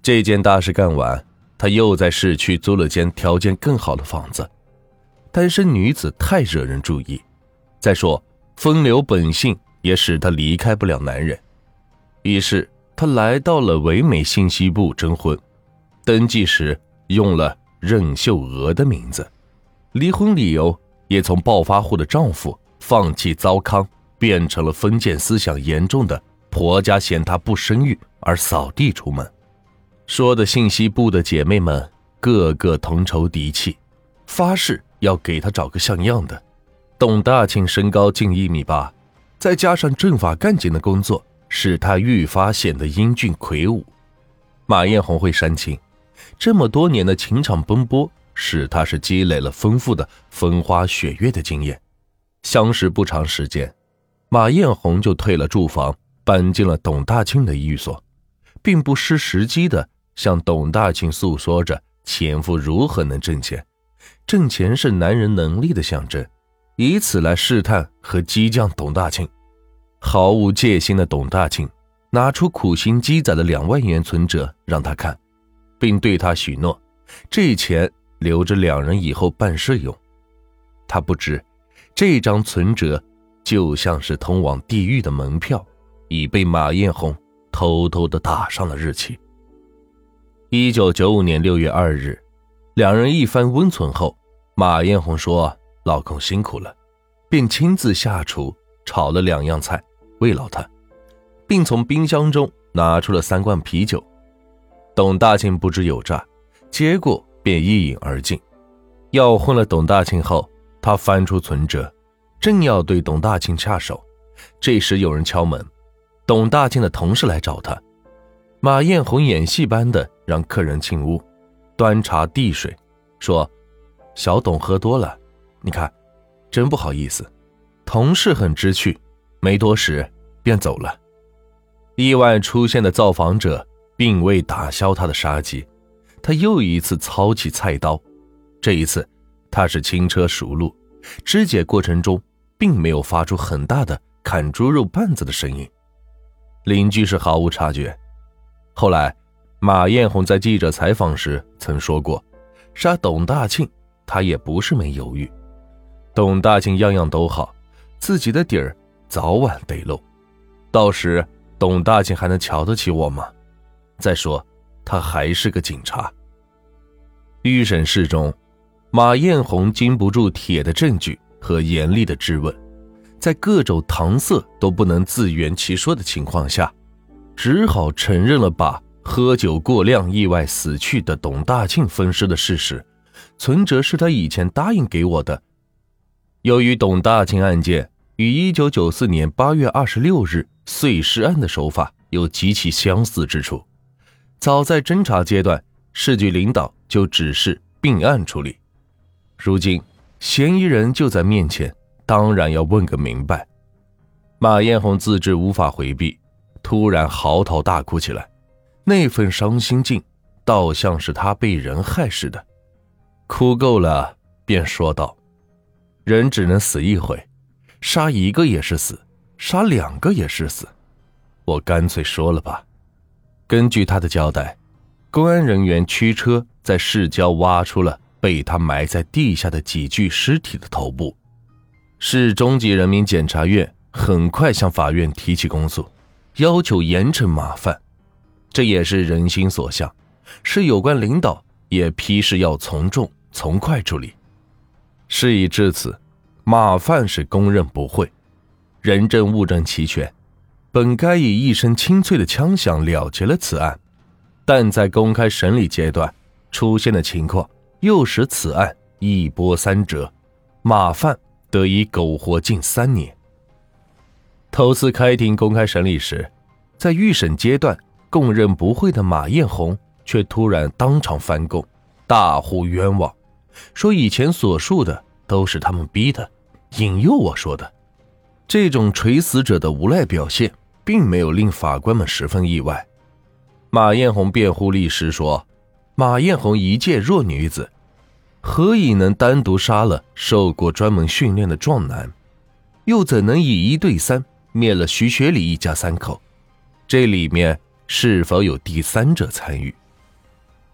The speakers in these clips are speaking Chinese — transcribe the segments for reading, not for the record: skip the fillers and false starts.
这件大事干完，他又在市区租了间条件更好的房子。单身女子太惹人注意，再说风流本性也使他离开不了男人。于是他来到了唯美信息部征婚，登记时用了任秀娥的名字，离婚理由也从暴发户的丈夫放弃糟糠，变成了封建思想严重的婆家嫌她不生育而扫地出门。说的信息部的姐妹们个个同仇敌气，发誓要给她找个像样的。董大庆身高近1.8米，再加上政法干警的工作，使他愈发显得英俊魁梧。马艳红会煽情，这么多年的情场奔波使他是积累了丰富的风花雪月的经验。相识不长时间，马艳红就退了住房，搬进了董大庆的寓所，并不失时机地向董大庆诉说着前夫如何能挣钱，挣钱是男人能力的象征，以此来试探和激将董大庆。毫无戒心的董大庆拿出苦心积攒的2万元存折让他看，并对他许诺这钱留着2人以后办事用。他不知这张存折就像是通往地狱的门票，已被马艳红偷偷地打上了日期。1995年6月2日，2人一番温存后，马艳红说老公辛苦了，便亲自下厨炒了2样菜慰劳他，并从冰箱中拿出了3罐啤酒。董大庆不知有诈，结果便一饮而尽。要昏了董大庆后，他翻出存折，正要对董大庆下手，这时有人敲门，董大庆的同事来找他。马艳红演戏般的让客人进屋，端茶递水，说小董喝多了，你看真不好意思。同事很知趣，没多时便走了。意外出现的造访者并未打消他的杀机，他又一次操起菜刀，这一次他是轻车熟路，肢解过程中并没有发出很大的砍猪肉棒子的声音，邻居是毫无察觉。后来马艳红在记者采访时曾说过，杀董大庆他也不是没犹豫，董大庆样样都好，自己的底儿早晚得露，到时董大庆还能瞧得起我吗？再说他还是个警察。预审室中，马艳红经不住铁的证据和严厉的质问，在各种搪塞都不能自圆其说的情况下，只好承认了把喝酒过量意外死去的董大庆分尸的事实，存折是他以前答应给我的。由于董大庆案件与1994年8月26日碎尸案的手法有极其相似之处，早在侦查阶段，市局领导就指示并案处理。如今嫌疑人就在面前，当然要问个明白。马艳红自知无法回避，突然嚎啕大哭起来，那份伤心劲倒像是他被人害似的。哭够了便说道，人只能死一回，杀1个也是死，杀2个也是死，我干脆说了吧。根据他的交代，公安人员驱车在市郊挖出了被他埋在地下的几具尸体的头部。市中级人民检察院很快向法院提起公诉，要求严惩马范，这也是人心所向，市有关领导也批示要从重从快处理。事已至此，马范是供认不讳，人证物证齐全，本该以一声清脆的枪响了结了此案，但在公开审理阶段出现的情况又使此案一波三折，马范得以苟活近3年。头次开庭公开审理时，在预审阶段供认不讳的马艳红却突然当场翻供，大呼冤枉，说以前所述的都是他们逼的，引诱我说的。这种垂死者的无赖表现并没有令法官们十分意外。马艳红辩护律师说，马艳红一介弱女子，何以能单独杀了受过专门训练的壮男，又怎能以1对3灭了徐学礼一家3口？这里面是否有第三者参与？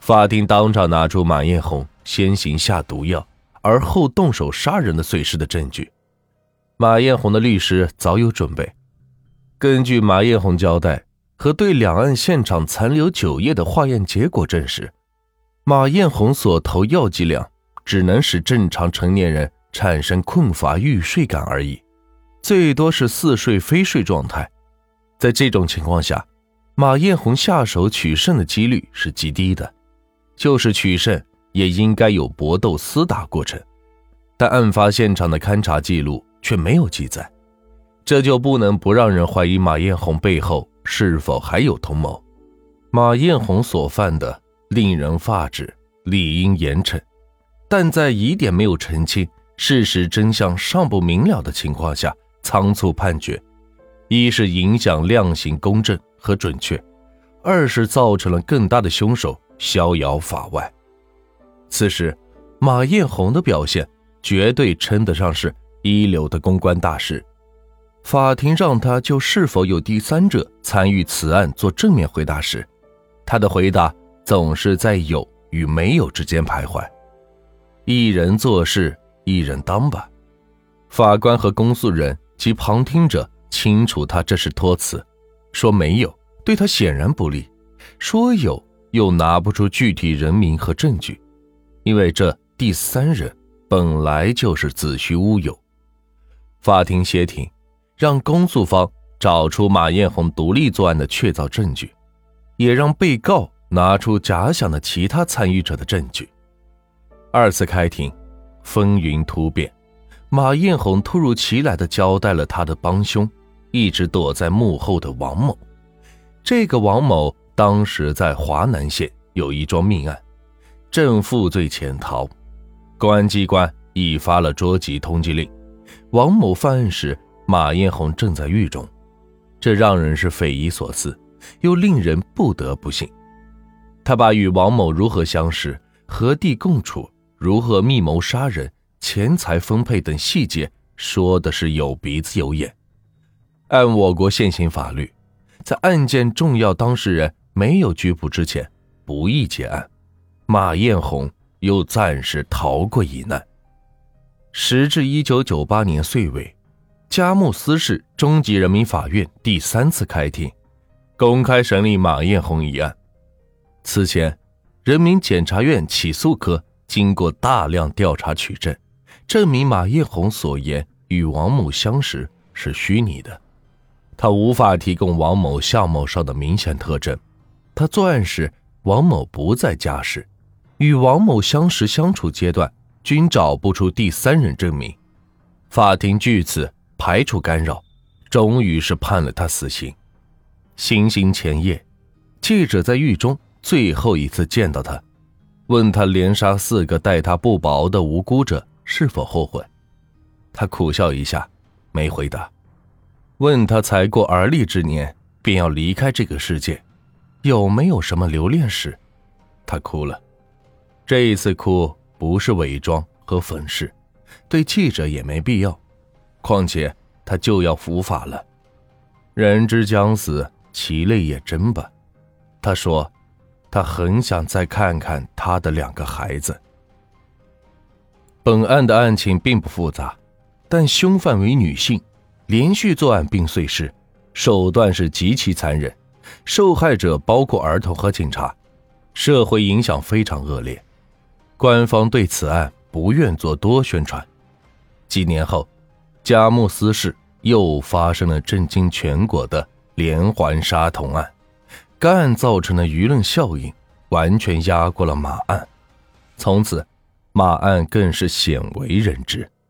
法庭当场拿出马艳红先行下毒药而后动手杀人的碎尸的证据。马艳红的律师早有准备，根据马艳红交代和对两岸现场残留酒液的化验结果证实，马艳红所投药剂量只能使正常成年人产生困乏欲睡感而已，最多是似睡非睡状态。在这种情况下，马艳红下手取胜的几率是极低的，就是取胜也应该有搏斗厮打过程，但案发现场的勘查记录却没有记载，这就不能不让人怀疑马艳红背后是否还有同谋。马艳红所犯的令人发指，理应严惩，但在疑点没有澄清，事实真相尚不明了的情况下仓促判决，一是影响量刑公正和准确，二是造成了更大的凶手逍遥法外。此时马艳红的表现绝对称得上是一流的公关大师，法庭让他就是否有第三者参与此案做正面回答时，他的回答总是在有与没有之间徘徊。一人做事一人当吧，法官和公诉人及旁听者清楚他这是托词，说没有对他显然不利，说有又拿不出具体人名和证据，因为这第三人本来就是子虚乌有。法庭协庭，让公诉方找出马艳红独立作案的确凿证据，也让被告拿出假想的其他参与者的证据。二次开庭，风云突变，马艳红突如其来地交代了他的帮凶，一直躲在幕后的王某。这个王某当时在华南县有一桩命案，正负罪潜逃，公安机关已发了捉急通缉令。王某犯案时，马艳红正在狱中，这让人是匪夷所思，又令人不得不信。他把与王某如何相识、何地共处、如何密谋杀人、钱财分配等细节说的是有鼻子有眼。按我国现行法律，在案件重要当事人没有拘捕之前不宜结案，马艳红又暂时逃过一难。时至1998年岁尾，佳木斯市中级人民法院第3次开庭，公开审理马艳红一案。此前，人民检察院起诉科经过大量调查取证，证明马艳红所言与王某相识是虚拟的，他无法提供王某相貌上的明显特征，他作案时王某不在家时，与王某相识相处阶段均找不出第三人证明。法庭据此排除干扰，终于是判了他死刑。行刑前夜，记者在狱中最后一次见到他，问他连杀4个待他不薄的无辜者是否后悔。他苦笑一下，没回答。问他才过而立之年便要离开这个世界，有没有什么留恋时，他哭了。这一次哭不是伪装和粉饰，对记者也没必要，况且他就要伏法了。人之将死，其类也真吧。他说他很想再看看他的2个孩子。本案的案情并不复杂，但凶犯为女性，连续作案并碎尸，手段是极其残忍，受害者包括儿童和警察，社会影响非常恶劣。官方对此案不愿做多宣传。几年后，佳木斯市又发生了震惊全国的连环杀童案，该案造成的舆论效应完全压过了马案，从此马案更是鲜为人知。